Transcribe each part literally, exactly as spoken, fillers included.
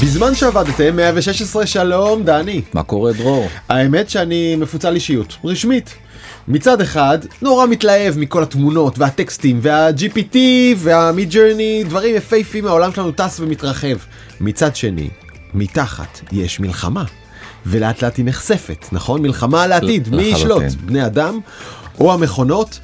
בזמן שעבדתם, מאה ושש עשרה, שלום דני. מה קורה דרור? האמת שאני מפוצל אישיות, רשמית. מצד אחד, נורא מתלהב מכל התמונות והטקסטים וה-ג'י פי טי וה-Midjourney, דברים יפהפים, העולם שלנו טס ומתרחב. מצד שני, מתחת יש מלחמה, ולאט לאט היא נחשפת, נכון? מלחמה על העתיד, מי ישלוט? בני אדם או המכונות,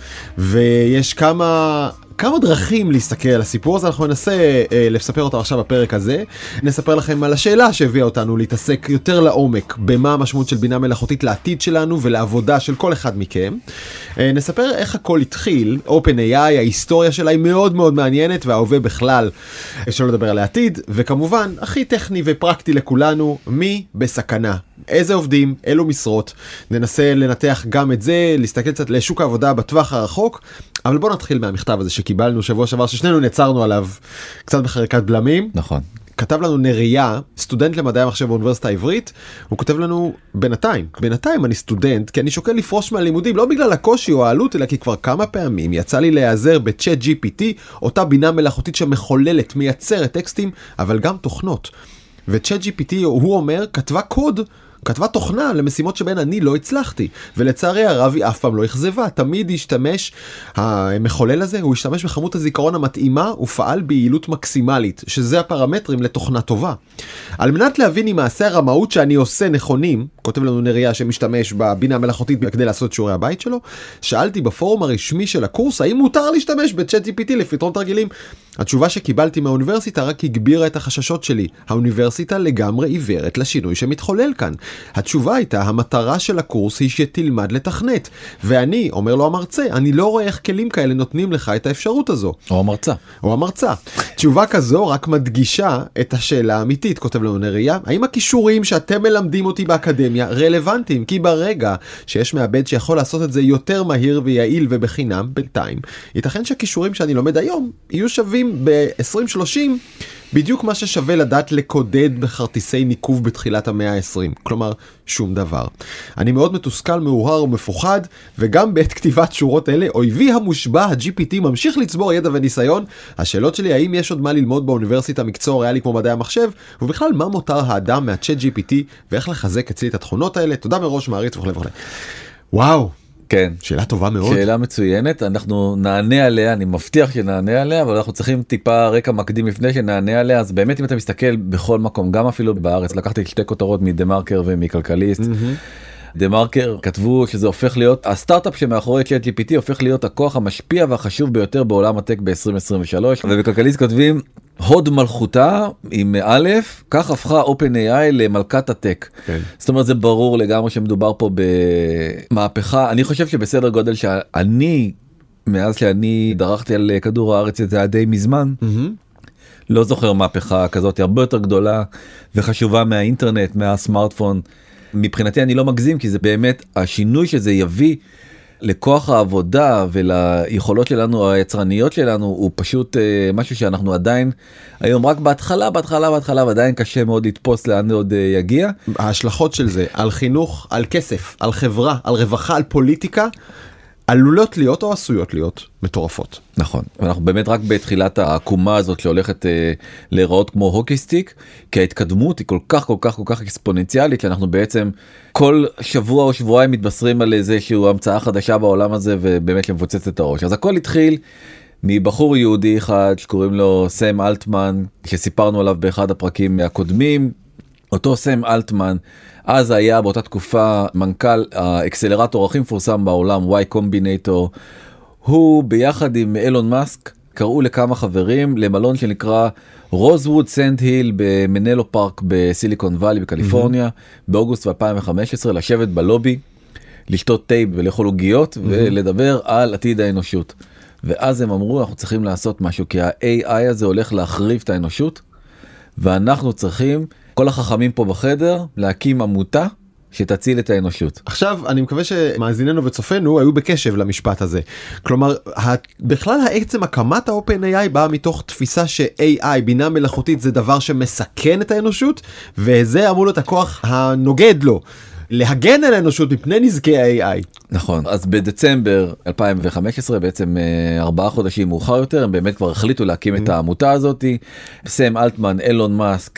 ויש כמה... כמה דרכים להסתכל על הסיפור הזה, אנחנו ננסה אה, לספר אותם עכשיו בפרק הזה. נספר לכם על השאלה שהביאה אותנו להתעסק יותר לעומק במה המשמעות של בינה מלאכותית לעתיד שלנו ולעבודה של כל אחד מכם. אה, נספר איך הכל התחיל, OpenAI, ההיסטוריה שלה היא מאוד מאוד מעניינת וההווה בכלל, אפשר לדבר על העתיד, וכמובן הכי טכני ופרקטי לכולנו, מי בסכנה. איזה עובדים, אילו משרות, ננסה לנתח גם את זה, להסתכל קצת לשוק העבודה בטווח הרחוק, אבל בואו נתחיל מהמכתב הזה שקיבלנו שבוע שעבר, ששנינו נעצרנו עליו קצת בחריקת בלמים. נכון. כתב לנו נריה, סטודנט למדעי המחשב באוניברסיטה העברית, הוא כותב לנו בינתיים, בינתיים אני סטודנט, כי אני שוקל לפרוש מהלימודים, לא בגלל הקושי או העלות, אלא כי כבר כמה פעמים יצא לי להיעזר בצ'אט ג'י פי טי, אותה בינה מלאכותית שמחוללת, מייצרת טקסטים, אבל גם תוכנות. וצ'אט ג'י פי טי, הוא אומר, כתבה קוד, כתבה תוכנה למשימות שבהן אני לא הצלחתי, ולצערי הרב היא אף פעם לא אכזבה, תמיד ישתמש, המחולל הזה, הוא ישתמש בכמות הזיכרון המתאימה, ופעל ביעילות מקסימלית, שזה הפרמטרים לתוכנה טובה. על מנת להבין אם מעשה הרמאות שאני עושה נכונים, כותב לנו נריה שמשתמש בבינה המלאכותית כדי לעשות שיעורי הבית שלו, שאלתי בפורום הרשמי של הקורס, האם מותר להשתמש בצ'אט ג'י פי טי לפתרון תרגילים? התשובה שקיבלתי מהאוניברסיטה רק הגבירה את החששות שלי. האוניברסיטה לגמרי עיוורת לשינוי שמתחולל כאן. התשובה הייתה, המטרה של הקורס היא שתלמד לתכנת. ואני, אומר לו המרצה, אני לא רואה איך כלים כאלה נותנים לך את האפשרות הזו. או המרצה. או המרצה. תשובה כזו רק מדגישה את השאלה האמיתית, כותב לנו נריה. האם הכישורים שאתם מלמדים אותי באקדמיה רלוונטיים? כי ברגע שיש מעבד שיכול לעשות את זה יותר מהיר ויעיל ובחינם, בינתיים, ייתכן שהכישורים שאני לומד היום יהיו שווים ב-עשרים שלושים בדיוק מה ששווה לדעת לקודד בכרטיסי ניקוב בתחילת המאה ה-עשרים. כלומר, שום דבר. אני מאוד מתוסכל, מאוהר ומפוחד, וגם בעת כתיבת שורות אלה, אויבי המושבע, ה-ג'י פי טי, ממשיך לצבור ידע וניסיון. השאלות שלי, האם יש עוד מה ללמוד באוניברסיטה מקצוע ריאלי כמו מדעי המחשב, ובכלל, מה מותר האדם מהצ'אט ג'י פי טי, ואיך לחזק אצלי את התכונות האלה? תודה מראש, מעריץ וכו' וכו'. וואו. כן. שאלה טובה מאוד. שאלה מצוינת, אנחנו נענה עליה, אני מבטיח שנענה עליה, אבל אנחנו צריכים טיפה רקע מקדים לפני שנענה עליה, אז באמת אם אתה מסתכל בכל מקום, גם אפילו בארץ, לקחתי שתי כותרות מדה מרקר ומכלכליסט, דה מרקר כתבו שזה הופך להיות, הסטארט-אפ שמאחורי צ'אט ג'י פי טי הופך להיות הכוח המשפיע והחשוב ביותר בעולם הטק ב-עשרים עשרים ושלוש, ובכלכליסט כותבים, הוד מלכותה עם א', כך הפכה OpenAI למלכת הטק. כן. זאת אומרת, זה ברור לגמרי שמדובר פה במהפכה. אני חושב שבסדר גודל שאני, מאז שאני דרכתי על כדור הארץ, זה היה די מזמן, mm-hmm. לא זוכר מהפכה כזאת, הרבה יותר גדולה וחשובה מהאינטרנט, מהסמארטפון. מבחינתי אני לא מגזים, כי זה באמת השינוי שזה יביא לכוח העבודה וליכולות שלנו, היצרניות שלנו, הוא פשוט אה, משהו שאנחנו עדיין, היום רק בהתחלה, בהתחלה, בהתחלה, ועדיין קשה מאוד לתפוס לאן עוד אה, יגיע. ההשלכות של זה, על חינוך, על כסף, על חברה, על רווחה, על פוליטיקה, עלולות להיות או עשויות להיות מטורפות. נכון, ואנחנו באמת רק בתחילת העקומה הזאת שהולכת אה, להיראות כמו הוקיסטיק, כי ההתקדמות היא כל כך כל כך כל כך אקספוננציאלית, שאנחנו בעצם כל שבוע או שבועיים מתבשרים על איזשהו המצאה חדשה בעולם הזה, ובאמת למפוצץ את הראש. אז הכל התחיל מבחור יהודי אחד שקוראים לו סם אלטמן, שסיפרנו עליו באחד הפרקים הקודמים. אותו סם אלטמן, אז היה באותה תקופה מנכ"ל האקסלרטור הכי מפורסם בעולם, Y Combinator, הוא ביחד עם אילון מאסק, קראו לכמה חברים למלון שנקרא רוזווד סנד היל במנלו פארק בסיליקון ואלי בקליפורניה, mm-hmm. באוגוסט אלפיים וחמש עשרה, לשבת בלובי, לשתות תה ולאכול עוגיות, mm-hmm. ולדבר על עתיד האנושות. ואז הם אמרו, אנחנו צריכים לעשות משהו, כי ה-איי איי הזה הולך להחריב את האנושות, ואנחנו צריכים, כל החכמים פה בחדר, להקים עמותה שתציל את האנושות. עכשיו, אני מקווה שמאזיננו וצופנו היו בקשב למשפט הזה. כלומר, בכלל העצם הקמת ה-OpenAI באה מתוך תפיסה ש-איי איי, בינה מלאכותית, זה דבר שמסכן את האנושות, וזה אמור להיות הכוח הנוגד לו. להגן על האנושות מפני נזקי ה-איי איי. נכון, אז בדצמבר אלפיים וחמש עשרה, בעצם ארבעה חודשים מאוחר יותר, הם באמת כבר החליטו להקים את העמותה הזאת. סם אלטמן, אילון מאסק,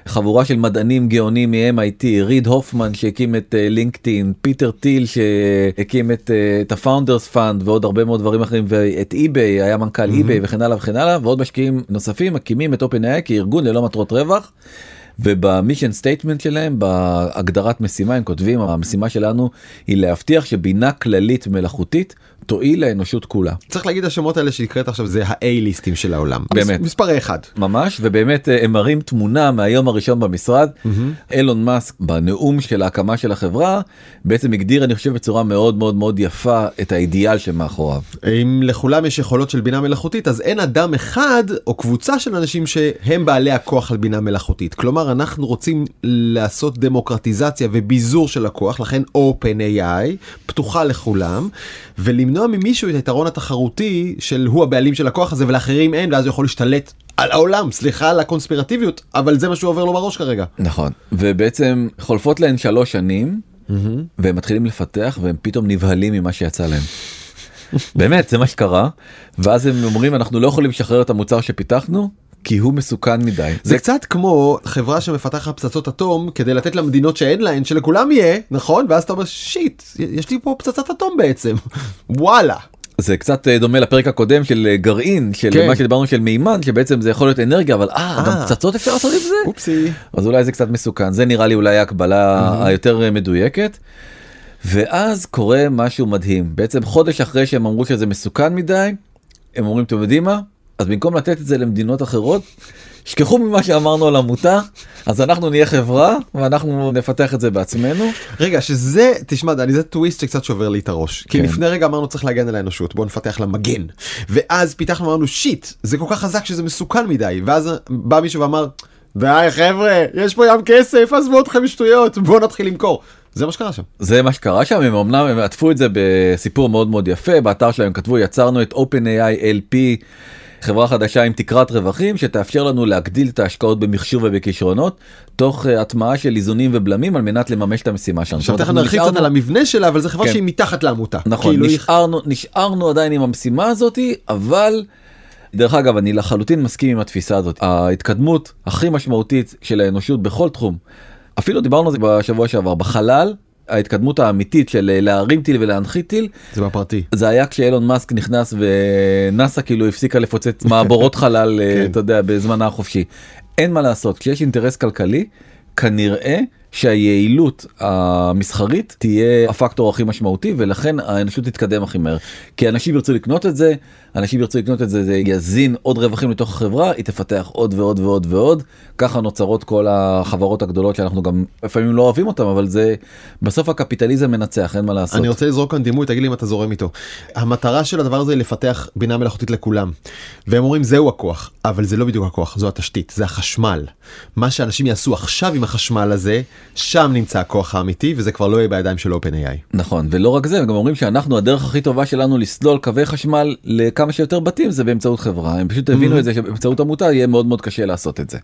חבורה של מדענים גאונים מ-אם איי טי, ריד הופמן שהקים את לינקדאין, פיטר טיל שהקים את, את הפאונדרס פאנד ועוד הרבה מאוד דברים אחרים, ואת eBay, היה מנכ"ל mm-hmm. eBay וכן הלאה וכן הלאה, ועוד משקיעים נוספים מקימים את OpenAI כארגון ללא מטרות רווח, ובמישן סטייטמנט שלהם, בהגדרת משימה, הם כותבים, המשימה שלנו היא להבטיח שבינה כללית מלאכותית תועיל לאנושות כולה. צריך להגיד השמות האלה שהקראת עכשיו זה ה-A-ליסטים של העולם. באמת. מספר אחד. ממש, ובאמת הם מראים תמונה מהיום הראשון במשרד. Mm-hmm. אילון מאסק בנאום של ההקמה של החברה, בעצם הגדיר אני חושב בצורה מאוד מאוד מאוד יפה את האידיאל שמאחוריו. אם לכולם יש יכולות של בינה מלאכותית, אז אין אדם אחד או קבוצה של אנשים שהם בעלי הכוח על בינה מלאכותית. כלומר, אנחנו רוצים לעשות דמוקרטיזציה וביזור של הכוח, לכן OpenAI פתוחה לכולם, ולמנוע ממישהו את היתרון התחרותי של הוא הבעלים של הכוח הזה ולאחרים אין, ואז הוא יכול להשתלט על העולם, סליחה על הקונספירטיביות, אבל זה מה שהוא עובר לו בראש כרגע. נכון, ובעצם חולפות להן שלוש שנים, mm-hmm. והם מתחילים לפתח, והם פתאום נבהלים ממה שיצא להם. באמת, זה מה שקרה, ואז הם אומרים, אנחנו לא יכולים לשחרר את המוצר שפיתחנו, כי הוא מסוכן מדי. זה קצת כמו חברה שמפתחת פצצות אטום כדי לתת למדינות שאין להן, שלכולם יהיה, נכון? ואז אתה אומר, שיט, יש לי פה פצצת אטום בעצם. וואלה. זה קצת דומה לפרק הקודם של גרעין, של מה שדיברנו של מימן, שבעצם זה יכול להיות אנרגיה, אבל אה, גם פצצות אפשר לעשות עם זה? אופסי. אז אולי זה קצת מסוכן. זה נראה לי אולי ההקבלה היותר מדויקת. ואז קורה משהו מדהים. בעצם חודש אחרי שהם אמרו שזה מסוכן מדי, הם אומרים, אתם יודעים מה? אז במקום לתת את זה למדינות אחרות, שכחו ממה שאמרנו על עמותה, אז אנחנו נהיה חברה, ואנחנו נפתח את זה בעצמנו. רגע, שזה, תשמע, דני, זה טוויסט שקצת שובר לי את הראש. כי לפני רגע אמרנו צריך להגן על האנושות, בואו נפתח לה מגן. ואז פיתחנו, אמרנו, שיט, זה כל כך חזק שזה מסוכן מדי. ואז בא מישהו ואמר, די חבר'ה, יש פה ים כסף, עזבו אתכם שטויות, בואו נתחיל למכור. זה מה שקרה שם. זה מה שקרה שם, הם אמנם הם עטפו את זה בסיפור מאוד מאוד יפה, באתר שלהם כתבו, יצרנו את OpenAI אל פי, חברה חדשה עם תקרת רווחים שתאפשר לנו להגדיל את ההשקעות במחשוב ובכישרונות, תוך הטמעה של איזונים ובלמים על מנת לממש את המשימה שלנו. עכשיו תכף נרחיב קצת על המבנה שלה, אבל זו חברה שהיא מתחת לעמותה. נכון, נשארנו עדיין עם המשימה הזאת, אבל דרך אגב, אני לחלוטין מסכים עם התפיסה הזאת. ההתקדמות הכי משמעותית של האנושות בכל תחום, אפילו דיברנו על זה בשבוע שעבר, בחלל, ההתקדמות האמיתית של להרים טיל ולהנחית טיל, זה בפרטי. זה היה כשאילון מאסק נכנס ונאסא כאילו הפסיקה לפוצץ מעבורות חלל, אתה יודע, בזמן החופשי. אין מה לעשות, כשיש אינטרס כלכלי, כנראה שהיעילות המסחרית תהיה הפקטור הכי משמעותי, ולכן האנושות תתקדם הכי מהר. כי אנשים ירצו לקנות את זה, אנשים ירצו לקנות את זה, זה יזין עוד רווחים לתוך החברה, היא תפתח עוד ועוד ועוד ועוד, ככה נוצרות כל החברות הגדולות שאנחנו גם לפעמים לא אוהבים אותם, אבל זה בסוף הקפיטליזם מנצח, אין מה לעשות. אני רוצה לזרוק כאן דימוי, תגיד לי אם אתה זורם איתו. המטרה של הדבר הזה היא לפתח בינה מלאכותית לכולם, והם אומרים זהו הכוח, אבל זה לא בדיוק הכוח, זו התשתית, זה החשמל. מה שאנשים יעשו עכשיו עם החשמל הזה, שם נמצא הכוח האמיתי, וזה כבר לא יהיה בידיים של OpenAI. נכון, ולא רק זה, הם גם אומרים שאנחנו, הדרך הכי טובה שלנו לסלול קווי חשמל לכמה שיותר בתים, זה באמצעות חברה. הם פשוט הבינו את זה, שבאמצעות עמותה יהיה מאוד מאוד קשה לעשות את זה.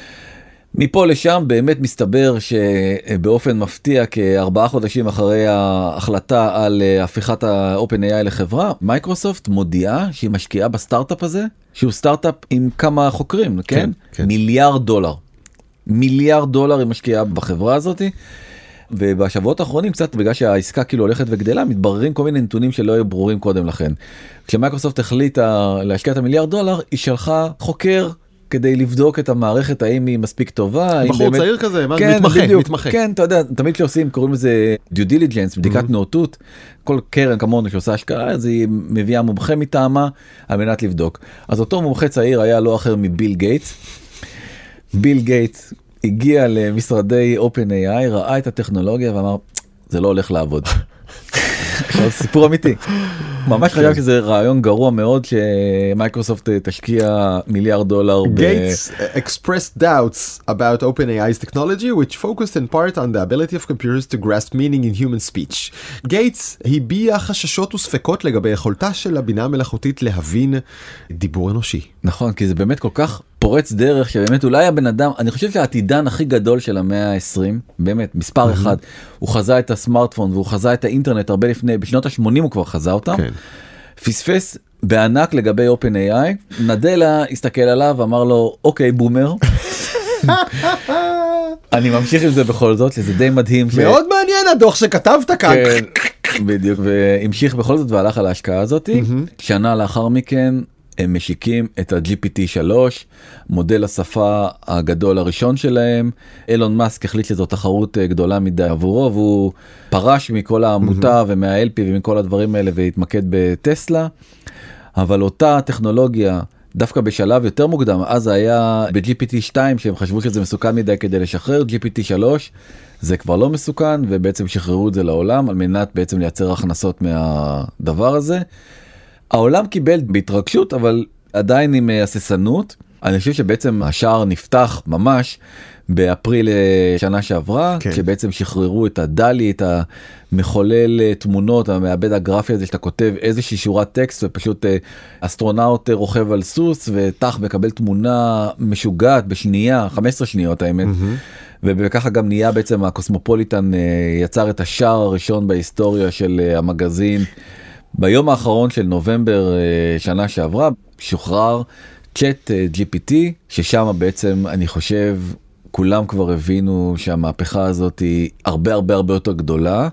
מפה לשם באמת מסתבר שבאופן מפתיע, כארבעה חודשים אחרי ההחלטה על הפיכת ה-OpenAI לחברה, מייקרוסופט מודיעה שהיא משקיעה בסטארט-אפ הזה, שהוא סטארט-אפ עם כמה חוקרים, כן? כן, כן. מיליארד דולר. מיליארד דולר היא משקיעה בחברה הזאת, ובשבועות האחרונים קצת בגלל שהעסקה כאילו הולכת וגדלה, מתבררים כל מיני נתונים שלא היו ברורים קודם לכן. כשמייקרוסופט החליטה להשקיע את המיליארד דולר, היא שלחה חוקר כדי לבדוק את המערכת, האם היא מספיק טובה. בחור צעיר כזה, מתמחה, מתמחה. כן, אתה יודע, תמיד כשעושים, קוראים לזה due diligence, בדיקת נאותות, כל קרן כמונו שעושה השקעה, אז היא מביאה מומחה מטעמה על מנת לבדוק. אז אותו מומחה צעיר היה לא אחר מביל גייטס. ביל גייטס הגיע למשרדי OpenAI, ראה את הטכנולוגיה ואמר, זה לא הולך לעבוד. עכשיו סיפור אמיתי. ממש חשב שזה רעיון גרוע מאוד שמייקרוסופט תשקיע מיליארד דולר. Gates expressed doubts about OpenAI's technology, which focused in part on the ability of computers to grasp meaning in human speech. גייטס הביע חששות וספקות לגבי יכולתה של הבינה המלאכותית להבין דיבור אנושי. נכון, כי זה באמת כל כך פורץ דרך שבאמת אולי הבן אדם, אני חושב שהעתידן הכי גדול של המאה ה-עשרים, באמת מספר אחד, הוא חזה את הסמארטפון והוא חזה את האינטרנט הרבה לפני, בשנות ה-שמונים הוא כבר חזה אותם, פספס בענק לגבי OpenAI, נדלה הסתכל עליו ואמר לו, אוקיי בומר, אני ממשיך עם זה בכל זאת, זה די מדהים. מאוד מעניין הדוח שכתבת כאן. בדיוק, והמשיך בכל זאת והלך על ההשקעה הזאת. שנה לאחר מכן הם משיקים את ה-ג'י פי טי שלוש, מודל השפה הגדול הראשון שלהם. אילון מאסק החליט שזו תחרות גדולה מדי עבורו, והוא פרש מכל העמותה ומה-אל פי ומכל הדברים האלה והתמקד בטסלה. אבל אותה טכנולוגיה, דווקא בשלב יותר מוקדם, אז היה ב-ג'י פי טי שתיים שהם חשבו שזה מסוכן מדי כדי לשחרר, ג'י פי טי שלוש זה כבר לא מסוכן, ובעצם שחררו את זה לעולם על מנת בעצם לייצר הכנסות מהדבר הזה. העולם קיבל בהתרגשות, אבל עדיין עם הססנות. אני חושב שבעצם השער נפתח ממש באפריל שנה שעברה, כן. שבעצם שחררו את הדלי, את המחולל תמונות, המעבד הגרפי הזה שאתה כותב איזושהי שורת טקסט, ופשוט אסטרונאוט רוכב על סוס, ותח מקבל תמונה משוגעת בשנייה, חמש עשרה שניות האמת, mm-hmm. וככה גם נהיה בעצם הקוסמופוליטן יצר את השער הראשון בהיסטוריה של המגזין. ביום האחרון של נובמבר שנה שעברה, שוחרר צ'אט ג'י פי טי, ששם בעצם אני חושב כולם כבר הבינו שהמהפכה הזאת היא הרבה הרבה הרבה יותר גדולה,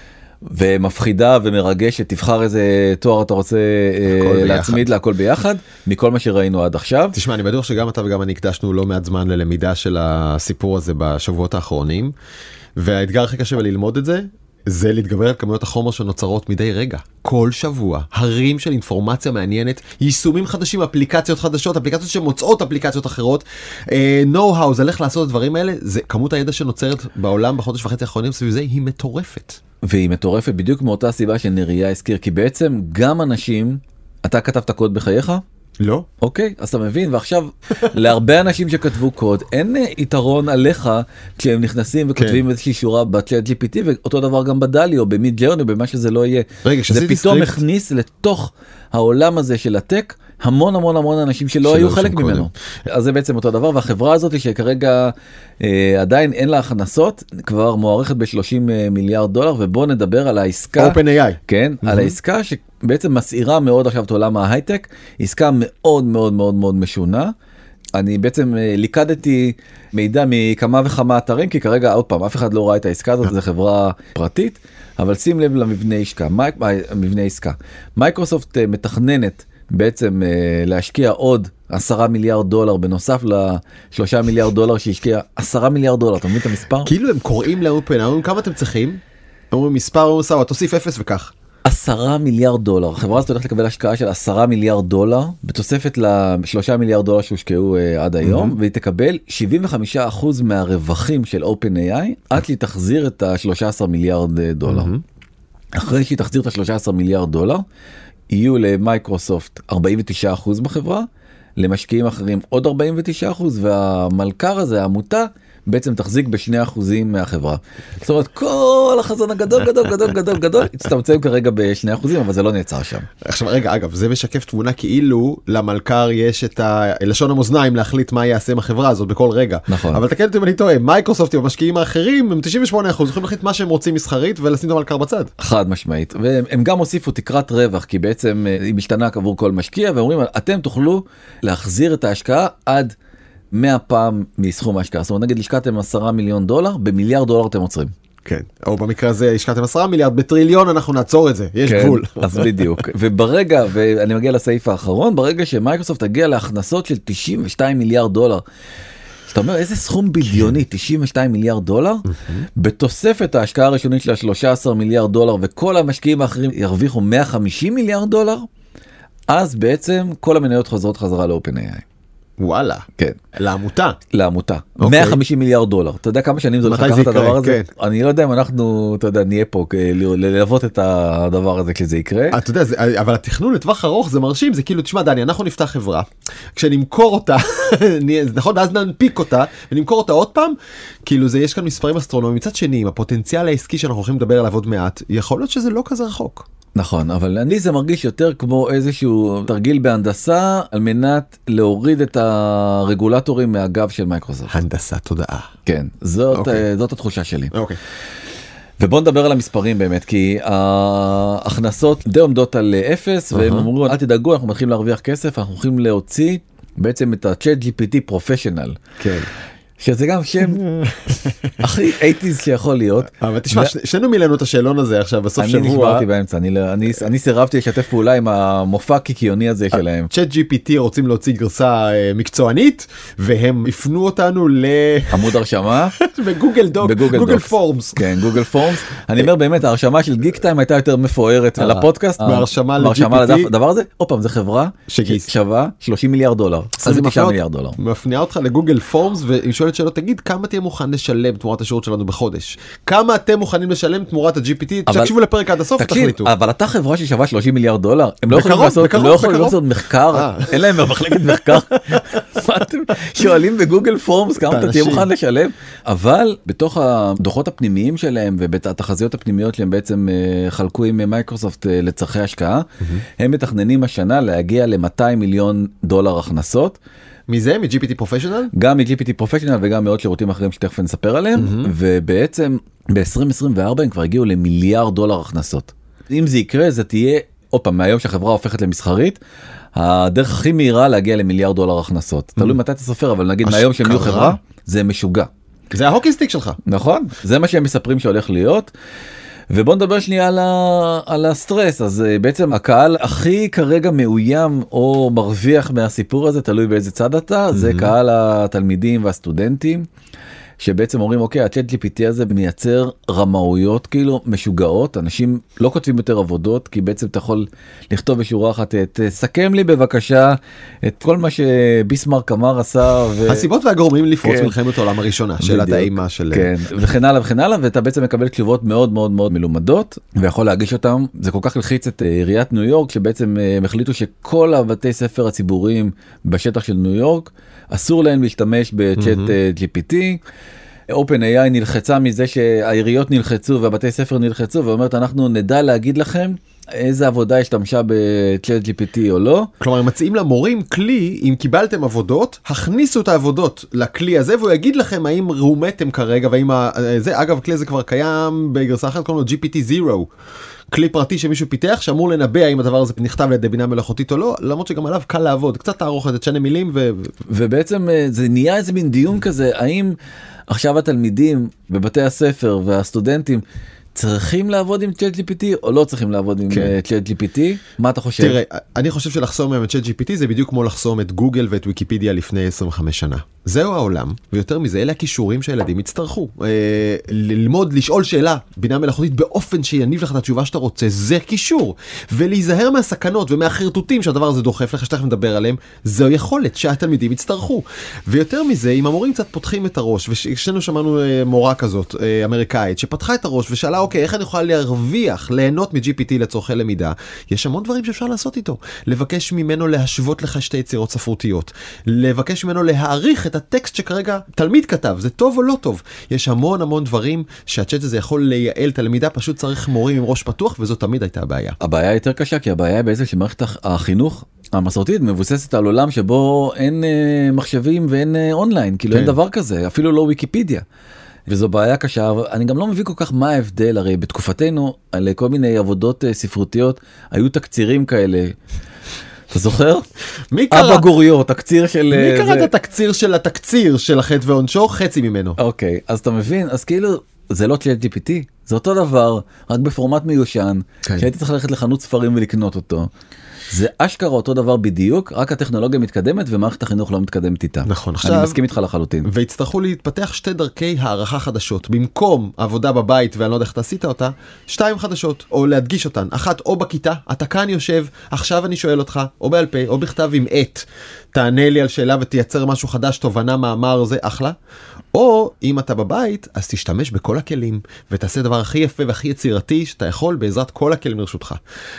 ומפחידה ומרגשת. תבחר איזה תואר אתה רוצה להצמיד לה, הכל ביחד, מכל מה שראינו עד עכשיו. תשמע, אני בטוח שגם אתה וגם אני הקדשנו לא מעט זמן ללמידה של הסיפור הזה בשבועות האחרונים, והאתגר הכי קשה ללמוד את זה, זה להתגבר על כמויות החומר שנוצרות מדי רגע. כל שבוע, הרים של אינפורמציה מעניינת, יישומים חדשים, אפליקציות חדשות, אפליקציות שמוצאות אפליקציות אחרות, know-how, זה הולך לעשות את הדברים האלה, זה כמות הידע שנוצרת בעולם בחודש וחצי האחרונים סביב זה, היא מטורפת. והיא מטורפת בדיוק מאותה סיבה שנריה הזכיר, כי בעצם גם אנשים, אתה כתבת קוד בחייך? לא. אוקיי, אז אתה מבין, ועכשיו להרבה אנשים שכתבו קוד, אין יתרון עליך כשהם נכנסים וכותבים איזושהי שורה בצ'אט ג'י פי טי, ואותו דבר גם בדלי או במיד ג'רני, במה שזה לא יהיה. רגע, זה פתאום הכניס לתוך העולם הזה של הטק, המון המון המון אנשים שלא היו חלק ממנו. אז זה בעצם אותו דבר, והחברה הזאת שכרגע אה, עדיין אין לה הכנסות, כבר מוערכת ב-שלושים מיליארד דולר, ובוא נדבר על העסקה. OpenAI. כן, mm-hmm. על העסקה שבעצם מסעירה מאוד עכשיו את עולם ההייטק, עסקה מאוד מאוד מאוד מאוד משונה. אני בעצם אה, ליקדתי מידע מכמה וכמה אתרים, כי כרגע עוד פעם, אף אחד לא ראה את העסקה הזאת, זו חברה פרטית, אבל שים לב למבנה עסקה. מי... מבנה עסקה. מייקרוסופט אה, מתכננת בעצם אה, להשקיע עוד עשרה מיליארד דולר בנוסף לשלושה מיליארד דולר שהשקיע. עשרה מיליארד דולר, אתה מבין את המספר? כאילו הם קוראים לאופן, אומרים כמה אתם צריכים? אומרים מספר, אומרים סבבה, תוסיף אפס וכך. עשרה מיליארד דולר. החברה הזאת הולכת לקבל השקעה של עשרה מיליארד דולר, בתוספת לשלושה מיליארד דולר שהושקעו אה, עד היום, והיא תקבל שבעים וחמישה אחוז מהרווחים של OpenAI, עד שהיא תחזיר את ה-שלושה עשר מיליארד דולר. אחרי שהיא תחזיר את ה-שלושה עשר מיליארד דולר, יהיו למייקרוסופט ארבעים ותשעה אחוז בחברה, למשקיעים אחרים עוד ארבעים ותשעה אחוז, והמלכר הזה, העמותה, בעצם תחזיק בשני אחוזים מהחברה. זאת אומרת, כל החזון הגדול, גדול, גדול, גדול, גדול, הצטמצם כרגע בשני אחוזים, אבל זה לא נעצר שם. עכשיו, רגע, אגב, זה משקף תמונה כאילו למלכר יש את לשון המאזניים להחליט מה יעשה עם החברה הזאת בכל רגע. נכון. אבל תקן אותי אם אני טועה, מייקרוסופט והמשקיעים האחרים, הם תשעים ושמונה אחוז, יכולים להחליט מה שהם רוצים מסחרית ולשים את המלכר בצד. חד משמעית. והם גם הוסיפו תקרת רווח, כי בעצם היא משתנה עבור כל משקיע, ואומרים, אתם תוכלו להחזיר את ההשקעה עד מאה פעם מסכום ההשקעה. זאת אומרת, נגיד, השקעתם עשרה מיליון דולר, במיליארד דולר אתם עוצרים. כן, או במקרה הזה, השקעתם עשרה מיליארד, בטריליון אנחנו נעצור את זה, יש כן, גבול. אז בדיוק. וברגע, ואני מגיע לסעיף האחרון, ברגע שמייקרוסופט תגיע להכנסות של תשעים ושניים מיליארד דולר, זאת אומרת, איזה סכום בדיוני, תשעים ושניים מיליארד דולר, בתוספת ההשקעה הראשונית של ה-שלושה עשר מיליארד דולר, וכל המשקיעים האחרים ירוויחו מאה וחמישים מיליארד דולר, אז בעצם כל המניות חוזרות חזרה ל-OpenAI. וואלה. כן. לעמותה. לעמותה. מאה וחמישים מיליארד דולר. אתה יודע כמה שנים זה הולך לקחת את הדבר הזה? אני לא יודע אם אנחנו, אתה יודע, נהיה פה ללוות את הדבר הזה כשזה יקרה. אתה יודע, אבל התכנון לטווח ארוך זה מרשים, זה כאילו, תשמע דני, אנחנו נפתח חברה, כשנמכור אותה, נכון, ואז ננפיק אותה, ונמכור אותה עוד פעם, כאילו זה, יש כאן מספרים אסטרונומיים. מצד שני, עם הפוטנציאל העסקי שאנחנו הולכים לדבר עליו עוד מעט, יכול להיות שזה לא כזה רחוק. נכון, אבל אני זה מרגיש יותר כמו איזשהו תרגיל בהנדסה על מנת להוריד את הרגולטורים מהגב של מייקרוסופט. הנדסה תודעה. כן, זאת, okay. זאת התחושה שלי. אוקיי. Okay. ובוא נדבר על המספרים באמת, כי ההכנסות די עומדות על אפס, uh-huh. והם אמרו, אל תדאגו, אנחנו מתחילים להרוויח כסף, אנחנו הולכים להוציא בעצם את ה-צ'אט ג'י פי טי פרופשיונל. כן. שזה גם שם הכי אייטיז שיכול להיות. אבל תשמע, שנינו מילאנו את השאלון הזה עכשיו בסוף שבוע. אני נשברתי באמצע, אני סירבתי לשתף פעולה עם המופע הקיקיוני הזה שלהם. צ'אט ג'י פי טי רוצים להוציא גרסה מקצוענית, והם הפנו אותנו לעמוד הרשמה בגוגל דוק, גוגל פורמס. כן, גוגל פורמס. אני אומר באמת, ההרשמה של גיק טיים הייתה יותר מפוארת על הפודקאסט. בהרשמה ל-ג'י פי טי. הדבר הזה, עוד פעם, זו חברה ששווה שלושים מיליארד דולר. עשרים ותשעה מיליארד דולר. מפנייה אותך לגוגל פורמס, והיא שואלת שאלות, תגיד, כמה תהיה מוכן לשלם תמורת השירות שלנו בחודש? כמה אתם מוכנים לשלם תמורת ה-ג'י פי טי? תקשיבו לפרק עד הסוף ותחליטו. אבל אתה חברה ששווה שלושים מיליארד דולר, הם לא יכולים לעשות מחקר, אין להם מחלקת מחקר. מה אתם שואלים בגוגל פורמס כמה אתה תהיה מוכן לשלם? אבל בתוך הדוחות הפנימיים שלהם ובתחזיות הפנימיות שהם בעצם חלקו עם מייקרוסופט לצרכי השקעה, הם מתכננים השנה להגיע ל-מאתיים מיליון דולר הכנסות. מזה? מ-ג'י פי טי פרופשיונל? גם מ-ג'י פי טי פרופשיונל וגם מעוד שירותים אחרים שתכף נספר עליהם, ובעצם ב-עשרים עשרים וארבע הם כבר הגיעו למיליארד דולר הכנסות. אם זה יקרה, זה תהיה, עוד פעם, מהיום שהחברה הופכת למסחרית, הדרך הכי מהירה להגיע למיליארד דולר הכנסות. תלוי מתי אתה סופר, אבל נגיד מהיום שהם יהיו חברה, זה משוגע. זה ההוקיסטיק שלך. נכון, זה מה שהם מספרים שהולך להיות. ובוא נדבר שנייה על, ה... על הסטרס. אז בעצם הקהל הכי כרגע מאוים או מרוויח מהסיפור הזה, תלוי באיזה צד אתה, mm-hmm. זה קהל התלמידים והסטודנטים, שבעצם אומרים, אוקיי, הצ'אט ג'י פי טי הזה מייצר רמאויות כאילו משוגעות, אנשים לא כותבים יותר עבודות, כי בעצם אתה יכול לכתוב בשורה אחת, תסכם לי בבקשה את כל מה שביסמרק אמר עשה. ו... הסיבות והגורמים לפרוץ כן. מלחמת העולם הראשונה, שאלת האימה של... כן, וכן הלאה וכן הלאה, ואתה בעצם מקבל תשובות מאוד מאוד מאוד מלומדות, ויכול להגיש אותם. זה כל כך הלחיץ את עיריית ניו יורק, שבעצם הם החליטו שכל הבתי ספר הציבוריים בשטח של ניו יורק, אסור להם להשתמש בצ'אט ג'י פי טי. OpenAI נלחצה מזה שהעיריות נלחצו והבתי ספר נלחצו, ואומרת, אנחנו נדע להגיד לכם איזה עבודה השתמשה בצ'אט ג'י פי טי או לא. כלומר, הם מציעים למורים כלי, אם קיבלתם עבודות, הכניסו את העבודות לכלי הזה, והוא יגיד לכם האם ראומתם כרגע, והאם זה, אגב, הכלי הזה כבר קיים בגרסה אחת, קוראים לו ג'י פי טי זירו. כלי פרטי שמישהו פיתח, שאמור לנבא האם הדבר הזה נכתב לידי בינה מלאכותית או לא, למרות שגם עליו קל לעבוד, קצת תערוך את שני מילים ו... ובעצם זה נהיה איזה מין דיון כזה, האם עכשיו התלמידים בבתי הספר והסטודנטים צריכים לעבוד עם צ'אט ג'י פי טי או לא צריכים לעבוד עם צ'אט ג'י פי טי? מה אתה חושב? תראה, אני חושב שלחסום מהם את צ'אט ג'י פי טי זה בדיוק כמו לחסום את גוגל ואת ויקיפדיה לפני עשרים וחמש שנה. זהו העולם, ויותר מזה, אלה הכישורים שהילדים יצטרכו. אה, ללמוד, לשאול שאלה, בינה מלאכותית באופן שיניב לך את התשובה שאתה רוצה, זה כישור. ולהיזהר מהסכנות ומהחרטוטים שהדבר הזה דוחף לך, שתכף נדבר עליהם, זו יכולת שהתלמידים יצטרכו. ויותר מזה, אם המורים קצת פותחים את הראש, ושנינו שמענו אה, מורה כזאת, אה, אמריקאית, שפתחה את הראש ושאלה, אוקיי, איך אני יכולה להרוויח, ליהנות מ-ג'י פי טי לצורכי למידה? יש המון דברים שאפשר לעשות איתו. לבקש ממנו להשוות לך שתי יצירות ספרותיות. לבקש ממנו להעריך את הטקסט שכרגע תלמיד כתב, זה טוב או לא טוב. יש המון המון דברים שהצ'אט הזה יכול לייעל את הלמידה, פשוט צריך מורים עם ראש פתוח, וזו תמיד הייתה הבעיה. הבעיה יותר קשה, כי הבעיה היא בעצם שמערכת החינוך המסורתית מבוססת על עולם שבו אין אה, מחשבים ואין אה, אונליין, כאילו כן. אין דבר כזה, אפילו לא ויקיפדיה. וזו בעיה קשה, אני גם לא מבין כל כך מה ההבדל, הרי בתקופתנו, על כל מיני עבודות אה, ספרותיות, היו תקצירים כאלה, אתה זוכר? מי קרא? אבא גוריו, תקציר של... מי קרא את התקציר של התקציר של החטא ועונשו? חצי ממנו. אוקיי, אז אתה מבין, אז כאילו, זה לא צ'אט ג'י פי טי, זה אותו דבר, רק בפורמט מיושן, שהייתי צריך ללכת לחנות ספרים ולקנות אותו. זה אשכרה אותו דבר בדיוק, רק הטכנולוגיה מתקדמת ומערכת החינוך לא מתקדמת איתה. נכון, עכשיו... אני מסכים איתך לחלוטין. והצטרכו להתפתח שתי דרכי הערכה חדשות. במקום עבודה בבית, ואני לא יודע איך אתה עשית אותה, שתיים חדשות, או להדגיש אותן. אחת, או בכיתה, אתה כאן יושב, עכשיו אני שואל אותך, או בעל פה, או בכתב עם עת, תענה לי על שאלה ותייצר משהו חדש, תובנה, מאמר, זה אחלה. או אם אתה בבית, אז תשתמש בכל הכלים, ותעשה דבר הכי יפה והכי יצירתי, שאתה יכול בעזרת כל הכלים לרשותך.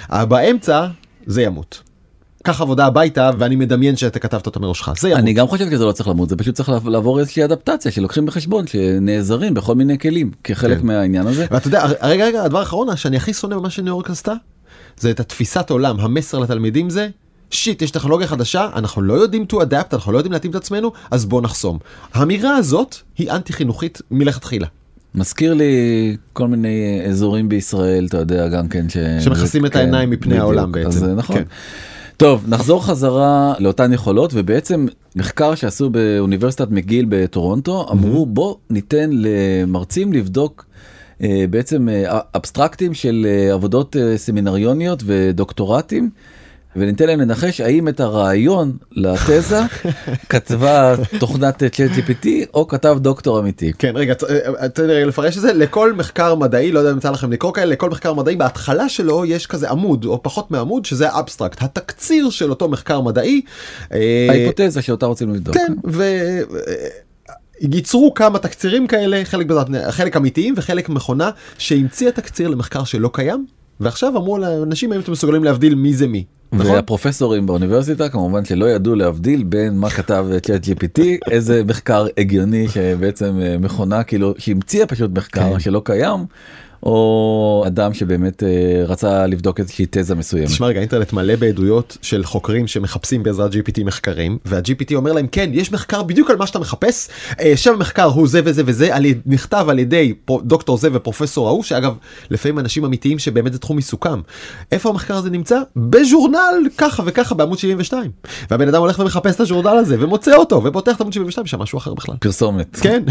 באמצע, זה ימות. קח עבודה הביתה, ואני מדמיין שאתה כתבת אותה מראשך. זה ימות. אני גם חושב שזה לא צריך למות, זה פשוט צריך לעבור איזושהי אדפטציה, שלוקחים בחשבון, שנעזרים בכל מיני כלים, כחלק כן. מהעניין הזה. ואתה יודע, רגע, רגע, הדבר האחרון, שאני הכי שונא במה שניו יורק עשתה, זה את התפיסת עולם, המסר לתלמידים זה, שיט, יש טכנולוגיה חדשה, אנחנו לא יודעים to adapt, אנחנו לא יודעים להתאים את עצמנו, אז בוא נחסום. האמירה הזאת היא אנטי חינוכית מלכתחילה. מזכיר לי כל מיני אזורים בישראל, אתה יודע, גם כן ש... שמכסים את העיניים מפני העולם בעצם. אז נכון. טוב, נחזור חזרה לאותן יכולות, ובעצם מחקר שעשו באוניברסיטת מגיל בטורונטו, אמרו בוא ניתן למרצים לבדוק בעצם אבסטרקטים של עבודות סמינריוניות ודוקטורטים, וניתן להם לנחש האם את הרעיון לתזה כתבה תוכנת צ'אט ג'י פי טי או כתב דוקטור אמיתי. כן, רגע, תן לי לפרש את זה. לכל מחקר מדעי, לא יודע אם יצא לכם לקרוא כאלה, לכל מחקר מדעי בהתחלה שלו יש כזה עמוד או פחות מעמוד שזה האבסטרקט, התקציר של אותו מחקר מדעי. ההיפותזה שאותה רוצים לבדוק. כן, ו... ייצרו כמה תקצירים כאלה, חלק, חלק אמיתיים וחלק מכונה שהמציאה תקציר למחקר שלא קיים, ועכשיו אמרו לאנשים האם אתם מסוגלים להבדיל מי זה מי. והפרופסורים באוניברסיטה כמובן שלא ידעו להבדיל בין מה כתב צ'אט ג'י פי טי, איזה מחקר הגיוני שבעצם מכונה כאילו שהמציאה פשוט מחקר שלא קיים, או אדם שבאמת רצה לבדוק איזושהי תזה מסוימת. תשמע רגע, האינטרנט מלא בעדויות של חוקרים שמחפשים בעזרת ג'י פי טי מחקרים, וה-ג'י פי טי אומר להם כן, יש מחקר בדיוק על מה שאתה מחפש, שם המחקר הוא זה וזה וזה, נכתב על ידי דוקטור זה ופרופסור ההוא, שאגב, לפעמים אנשים אמיתיים שבאמת זה תחום עיסוקם. איפה המחקר הזה נמצא? בז'ורנל ככה וככה בעמוד שבעים ושתיים. והבן אדם הולך ומחפש את הז'ורנל הזה, ומוצא אותו, ופותח את עמוד שבעים ושתיים, שם משהו אחר בכלל. פרסומת. כן.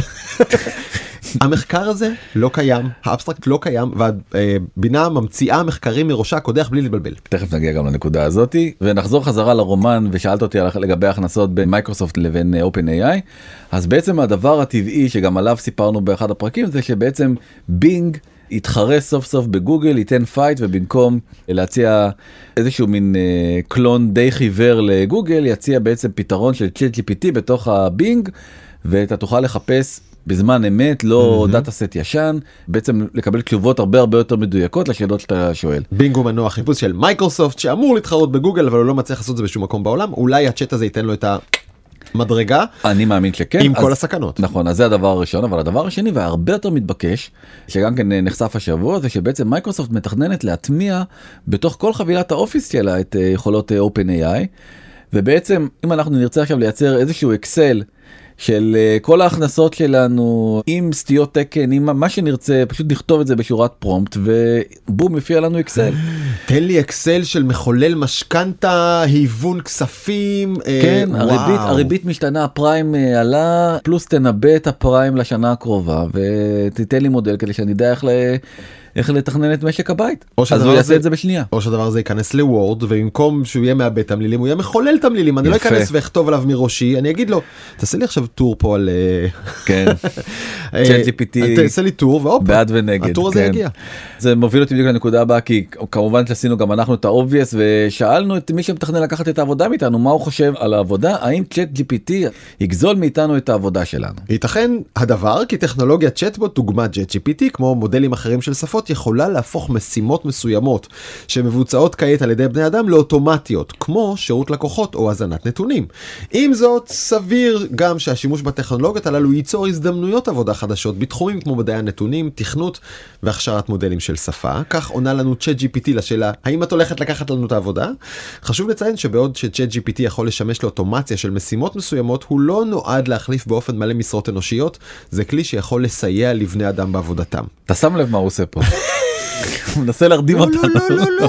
המחקר הזה לא קיים, האבסטרקט לא קיים, והבינה ממציאה מחקרים מראשה קודח בלי להתבלבל. תכף נגיע גם לנקודה הזאת, ונחזור חזרה לרומן, ושאלת אותי לגבי ההכנסות בין מייקרוסופט לבין אופן איי איי, אז בעצם הדבר הטבעי שגם עליו סיפרנו באחד הפרקים, זה שבעצם בינג יתחרה סוף סוף בגוגל, ייתן פייט, ובמקום להציע איזשהו מין אה, קלון די חיוור לגוגל, יציע בעצם פתרון של צ'אט ג'י פי טי בתוך הבינג, ואתה תוכל לחפש בזמן אמת, לא mm-hmm. דאטה סט ישן, בעצם לקבל תשובות הרבה הרבה יותר מדויקות לשאלות שאתה שואל. בינג הוא מנוע חיפוש של מייקרוסופט שאמור להתחרות בגוגל, אבל הוא לא מצליח לעשות את זה בשום מקום בעולם. אולי הצ'אט הזה ייתן לו את המדרגה. אני מאמין שכן. עם אז, כל הסכנות. נכון, אז זה הדבר הראשון, אבל הדבר השני והרבה יותר מתבקש, שגם כן נחשף השבוע, זה שבעצם מייקרוסופט מתכננת להטמיע בתוך כל חבילת האופיס שלה את יכולות אופן איי איי, ובעצם אם אנחנו נרצה עכשיו לייצר איזשהו אקסל, של כל ההכנסות שלנו עם סטיות תקן, עם מה שנרצה, פשוט לכתוב את זה בשורת פרומפט, ובום, יפיע לנו אקסל. תן לי אקסל של מחולל משכנתה, היוון כספים. כן, הריבית, הריבית משתנה, הפריים עלה, פלוס תנבא את הפריים לשנה הקרובה, ותיתן לי מודל כדי שאני יודע איך ל... איך לתכנן את משק הבית. אז הוא יעשה את זה בשנייה. או שהדבר הזה ייכנס לוורד, ובמקום שהוא יהיה מאבד תמלילים, הוא יהיה מחולל תמלילים. אני לא אכנס ואכתוב עליו מראשי, אני אגיד לו, תעשה לי עכשיו טור פה על... כן. צ'אט ג'י פי טי. תעשה לי טור, והופ, בעד ונגד. הטור הזה יגיע. זה מוביל אותי בדיוק לנקודה הבאה, כי כמובן שעשינו גם אנחנו את האובייס, ושאלנו את מי שמתכנן לקחת את העבודה מאיתנו, מה הוא חושב על העבודה, האם צ'אט ג'י פי טי יגזול מאיתנו את העבודה שלנו. ייתכן הדבר, כי טכנולוגיית צ'אטבוט דוגמת צ'אט ג'י פי טי, כמו מודלים אחרים של שפות, יכולה להפוך משימות מסוימות שמבוצעות כעת על ידי בני אדם לאוטומטיות, כמו שירות לקוחות או הזנת נתונים. עם זאת, סביר גם שהשימוש בטכנולוגיות הללו ייצור הזדמנויות עבודה חדשות בתחומים כמו מדעי הנתונים, תכנות והכשרת מודלים של שפה. כך עונה לנו צ'אט ג'י פי טי לשאלה, האם את הולכת לקחת לנו את העבודה? חשוב לציין שבעוד שצ'אט ג'י פי טי יכול לשמש לאוטומציה של משימות מסוימות, הוא לא נועד להחליף באופן מלא משרות אנושיות, זה כלי שיכול לסייע לבני אדם בעבודתם. אתה שם לב מה הוא עושה פה. הוא מנסה להרדים אותנו. לא, לא, לא, לא.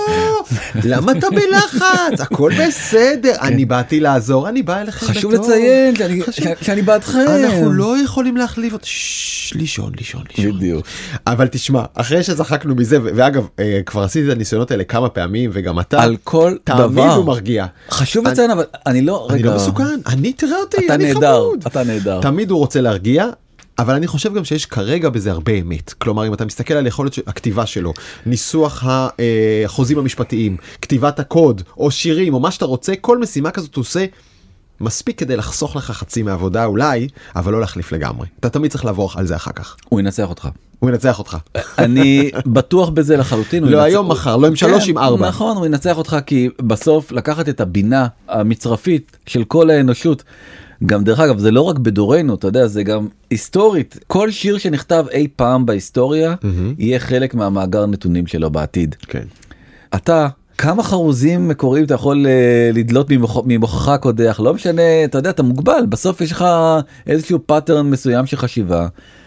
למה אתה בלחץ? הכל בסדר. אני באתי לעזור, אני בא אליכם בטוב. חשוב לציין שאני בעדכם. אנחנו לא יכולים להחליף אותו. לישון, לישון, לישון. בדיוק. אבל תשמע, אחרי שזחקנו מזה, ואגב, כבר עשיתי את הניסיונות האלה כמה פעמים, וגם אתה, על כל דבר. תמיד הוא מרגיע. חשוב לציין, אבל אני לא, רגע. אני לא מסוכן, אני תראה אותי, אני חמוד. אתה נהדר. תמיד הוא רוצה להרגיע. אבל אני חושב גם שיש כרגע בזה הרבה אמת. כלומר, אם אתה מסתכל על יכולת הכתיבה שלו, ניסוח החוזים המשפטיים, כתיבת הקוד, או שירים, או מה שאתה רוצה, כל משימה כזאת הוא עושה מספיק כדי לחסוך לך חצי מהעבודה אולי, אבל לא להחליף לגמרי. אתה תמיד צריך לעבור על זה אחר כך. הוא ינצח אותך. הוא ינצח אותך. אני בטוח בזה לחלוטין. לא היום מחר, לא עם שלוש, עם ארבע. נכון, הוא ינצח אותך כי בסוף לקחת את הבינה המצרפית של כל האנושות, גם דרך אגב, זה לא רק בדורנו, אתה יודע, זה גם היסטורית. כל שיר שנכתב אי פעם בהיסטוריה, mm-hmm. יהיה חלק מהמאגר נתונים שלו בעתיד. כן. אתה, כמה חרוזים מקוריים אתה יכול uh, לדלות ממוח, ממוחך קודח, לא משנה, אתה יודע, אתה מוגבל, בסוף יש לך איזשהו פאטרן מסוים של חשיבה,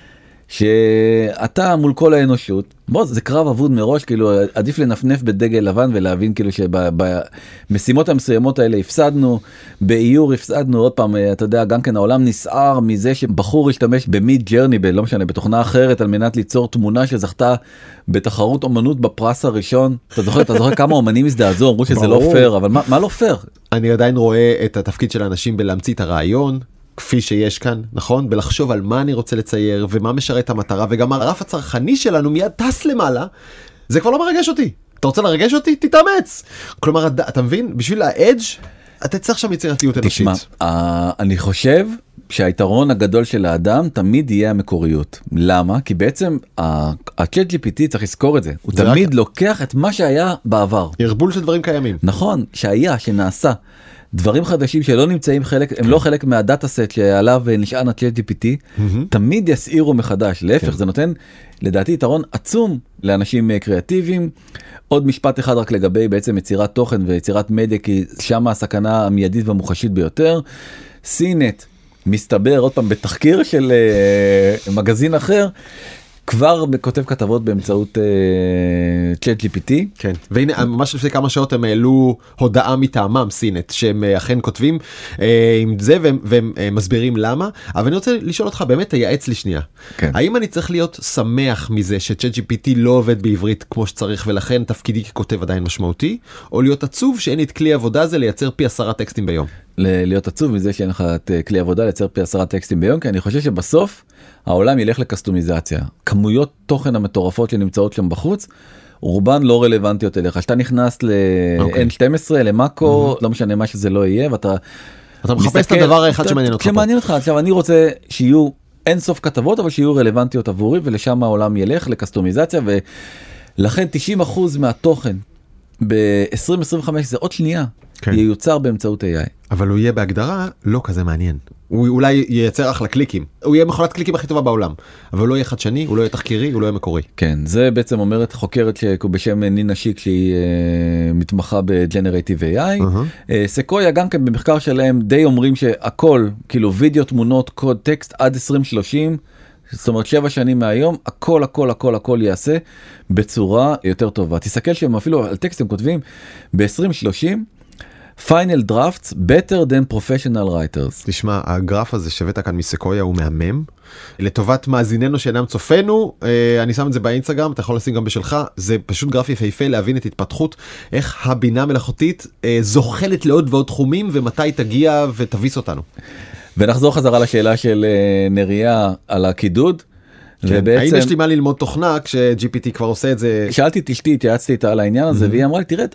שאתה מול כל האנושות, בוא, זה קרב אבוד מראש, כאילו עדיף לנפנף בדגל לבן ולהבין כאילו שבמשימות המסוימות האלה הפסדנו, באיור הפסדנו, עוד פעם, אתה יודע, גם כן העולם נסער מזה שבחור השתמש במיד ג'רני, לא משנה, בתוכנה אחרת, על מנת ליצור תמונה שזכתה בתחרות אומנות בפרס הראשון. אתה זוכר, אתה זוכר כמה אומנים הזדעזעו, אמרו שזה לא פייר, אבל מה, מה לא פייר? אני עדיין רואה את התפקיד של האנשים בלהמציא את הרעיון, כפי שיש כאן, נכון? בלחשוב על מה אני רוצה לצייר ומה משרת המטרה, וגם הרף הצרכני שלנו מיד טס למעלה, זה כבר לא מרגש אותי. אתה רוצה לרגש אותי? תתאמץ. כלומר, אתה מבין? בשביל האדג' אתה צריך שם יצירתיות אנושית. תשמע, אני חושב שהיתרון הגדול של האדם תמיד יהיה המקוריות. למה? כי בעצם ה-צ'אט ג'י פי טי צריך לזכור את זה. הוא תמיד לוקח את מה שהיה בעבר. הרבול של דברים קיימים. נכון, שהיה, שנעשה. דברים חדשים שלא נמצאים חלק, הם לא חלק מהדאטה סט שעליו נשען ה-צ'אט ג'י פי טי, תמיד יסעירו מחדש. להפך, זה נותן לדעתי יתרון עצום לאנשים קריאטיביים. עוד משפט אחד רק לגבי בעצם יצירת תוכן ויצירת מדיה, כי שם הסכנה המיידית והמוחשית ביותר. סינט מסתבר עוד פעם בתחקיר של מגזין אחר, כבר כותב כתבות באמצעות צ'אט ג'י פי טי. כן, והנה ממש לפני כמה שעות הם העלו הודעה מטעמם, סינט, שהם אכן כותבים עם זה והם, והם מסבירים למה. אבל אני רוצה לשאול אותך, באמת תייעץ לי שנייה. כן. האם אני צריך להיות שמח מזה שצ'אט ג'י פי טי לא עובד בעברית כמו שצריך ולכן תפקידי ככותב עדיין משמעותי, או להיות עצוב שאין לי את כלי עבודה הזה לייצר פי עשרה טקסטים ביום? להיות עצוב מזה שאין לך את כלי עבודה לייצר פי עשרה טקסטים ביום, כי אני חושב שבסוף העולם ילך לקסטומיזציה. כמויות תוכן המטורפות שנמצאות שם בחוץ, רובן לא רלוונטיות אליך. שאתה נכנס ל-אן שתים עשרה, למאקו, לא משנה מה שזה לא יהיה, ואתה אתה מחפש את הדבר האחד שמעניין אותך. שמעניין אותך. עכשיו אני רוצה שיהיו אין סוף כתבות, אבל שיהיו רלוונטיות עבורי, ולשם העולם ילך לקסטומיזציה, ולכן תשעים אחוז מהתוכן ב-עשרים עשרים וחמש זה עוד שנייה. כן. ייוצר באמצעות איי איי. אבל הוא יהיה בהגדרה לא כזה מעניין. הוא אולי ייצר אחלה קליקים. הוא יהיה מכונת קליקים הכי טובה בעולם. אבל הוא לא יהיה חדשני, הוא לא יהיה תחקירי, הוא לא יהיה מקורי. כן, זה בעצם אומרת חוקרת בשם נינה שיק, שהיא uh, מתמחה בג'נרטיב איי איי. Uh-huh. Uh, סקויה גם כן במחקר שלהם די אומרים שהכל, כאילו וידאו, תמונות, קוד, טקסט עד עשרים שלושים, זאת אומרת שבע שנים מהיום, הכל הכל הכל הכל יעשה בצורה יותר טובה. תסתכל שהם אפילו על טקסט הם כותבים ב-עשרים שלושים, Final drafts better than professional writers. תשמע, הגרף הזה שבאת כאן מסקויה הוא מהמם. לטובת מאזיננו שאינם צופנו, אני שם את זה באינסטגרם, אתה יכול לשים גם בשלך, זה פשוט גרף יפהפה להבין את התפתחות, איך הבינה המלאכותית זוחלת לעוד ועוד תחומים, ומתי תגיע ותביס אותנו. ונחזור חזרה לשאלה של נריה על הקידוד. האם יש לי מה ללמוד תוכנה כש-ג'י פי טי כבר עושה את זה? שאלתי את אשתי, התייעצתי איתה על העניין הזה, והיא אמרה לי, תראה,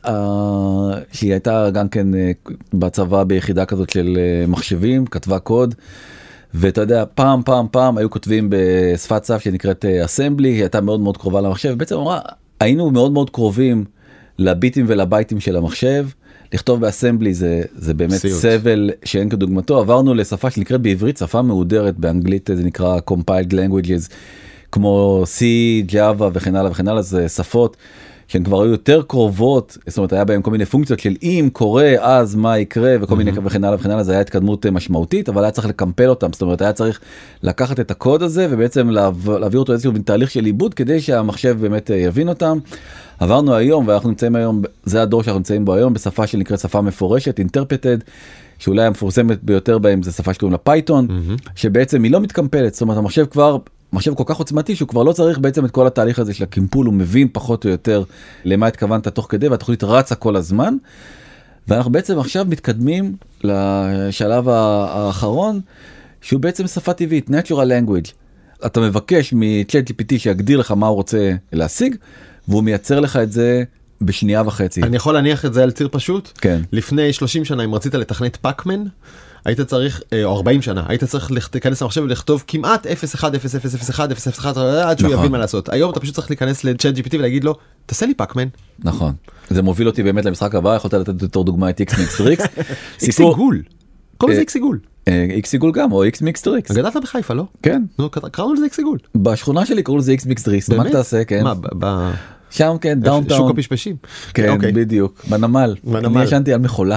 שהיא הייתה גם כן בצבא ביחידה כזאת של מחשבים, כתבה קוד, ואתה יודע, פעם פעם פעם היו כותבים בשפת סף שנקראת אסמבלי, היא הייתה מאוד מאוד קרובה למחשב, בעצם אמרה, היינו מאוד מאוד קרובים לביטים ולבייטים של המחשב, לכתוב באסמבלי זה, זה באמת סיוט. סבל שאין כדוגמתו. עברנו לשפה שנקראת בעברית, שפה מהודרת, באנגלית זה נקרא compiled languages, כמו C, Java וכן הלאה וכן הלאה, זה שפות שהן כבר היו יותר קרובות, זאת אומרת היה בהם כל מיני פונקציות של אם קורה אז מה יקרה וכל mm-hmm. מיני וכן הלאה וכן הלאה, זה היה התקדמות משמעותית, אבל היה צריך לקמפל אותם, זאת אומרת היה צריך לקחת את הקוד הזה ובעצם להעביר אותו איזשהו תהליך של עיבוד כדי שהמחשב באמת יבין אותם. עברנו היום ואנחנו נמצאים היום, זה הדור שאנחנו נמצאים בו היום, בשפה שנקראת שפה מפורשת, interpreted, שאולי המפורסמת ביותר בהם זה שפה שקוראים לה פייתון, mm-hmm. שבעצם היא לא מתקמפלת, זאת אומרת המחשב כבר, מחשב כל כך עוצמתי שהוא כבר לא צריך בעצם את כל התהליך הזה של הקימפול, הוא מבין פחות או יותר למה התכוונת תוך כדי, והתוכנית רצה כל הזמן, ואנחנו בעצם עכשיו מתקדמים לשלב האחרון, שהוא בעצם שפה טבעית, natural language. אתה מבקש מ-צ'אט ג'י פי טי שיגדיר לך מה הוא רוצה להשיג, והוא מייצר לך את זה בשנייה וחצי. אני יכול להניח את זה על ציר פשוט? כן. לפני שלושים שנה, אם רצית לתכנת פאקמן, היית צריך, או ארבעים שנה, היית צריך להיכנס למחשב ולכתוב כמעט אפס אחת אפס אפס אפס אחת אפס אפס אחת עד שהוא יבין מה לעשות. היום אתה פשוט צריך להיכנס לצ'אט ג'י פי טי ולהגיד לו, תעשה לי פאקמן. נכון. זה מוביל אותי באמת למשחק הבא, יכולת לתת יותר דוגמה את X Mixed Tricks. איקס עיגול. כל זה X עיגול. X עיגול גם, או X Mixed Tricks. גדלת בחיפה, לא? כן. קראנו לזה X עיגול. בשכונה שלי קראו לזה X Mixed Tricks. מה תעשה, כן? מה, ב... שם כן, דאונטאון. שוק הפשפשים. כן, בדיוק. בנמל. אני ישנתי על מכולה.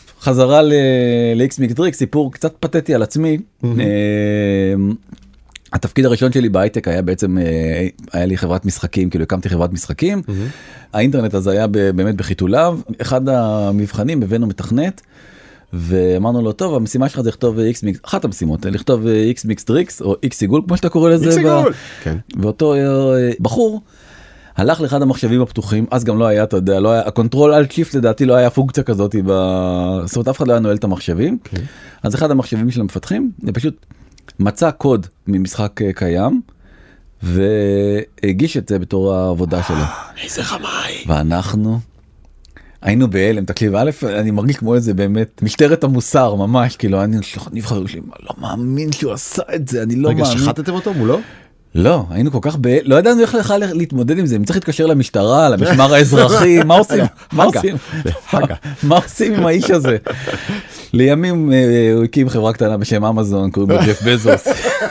חזרה ל-X Mixed Tricks, סיפור קצת פתטי על עצמי. התפקיד הראשון שלי בהייטק היה בעצם, היה לי חברת משחקים, כאילו הקמתי חברת משחקים, האינטרנט הזה היה באמת בחיתוליו, אחד המבחנים הבאנו מתכנת, ואמרנו לו, טוב, המשימה שלך זה לכתוב X-Mix, אחת המשימות, לכתוב X-Mix Tricks, או X-Sigul, כמו שאתה קורא לזה. X-Sigul! כן. ואותו בחור, הלך לאחד המחשבים הפתוחים, אז גם לא היה, אתה יודע, לא היה, הקונטרול על שיפט לדעתי לא היה פונקציה כזאת, ב... זאת אומרת, אף אחד לא היה נועל את המחשבים, okay. אז אחד המחשבים של המפתחים, זה פשוט מצא קוד ממשחק קיים, והגיש את זה בתור העבודה שלו. איזה חמאי. ואנחנו היינו בהלם, תקשיב, א', אני מרגיש כמו איזה באמת, משטרת המוסר ממש, כאילו, אני נבחר שלי, לא מאמין שהוא עשה את זה, אני לא מאמין. רגע, שחטתם אותו מולו? לא, היינו כל כך ב... לא ידענו איך לך להתמודד עם זה, אם צריך להתקשר למשטרה, למשמר האזרחי, מה עושים? מה עושים? מה עושים עם האיש הזה? לימים הוא הקים חברה קטנה בשם אמזון, קוראים לו ג'ף בזוס.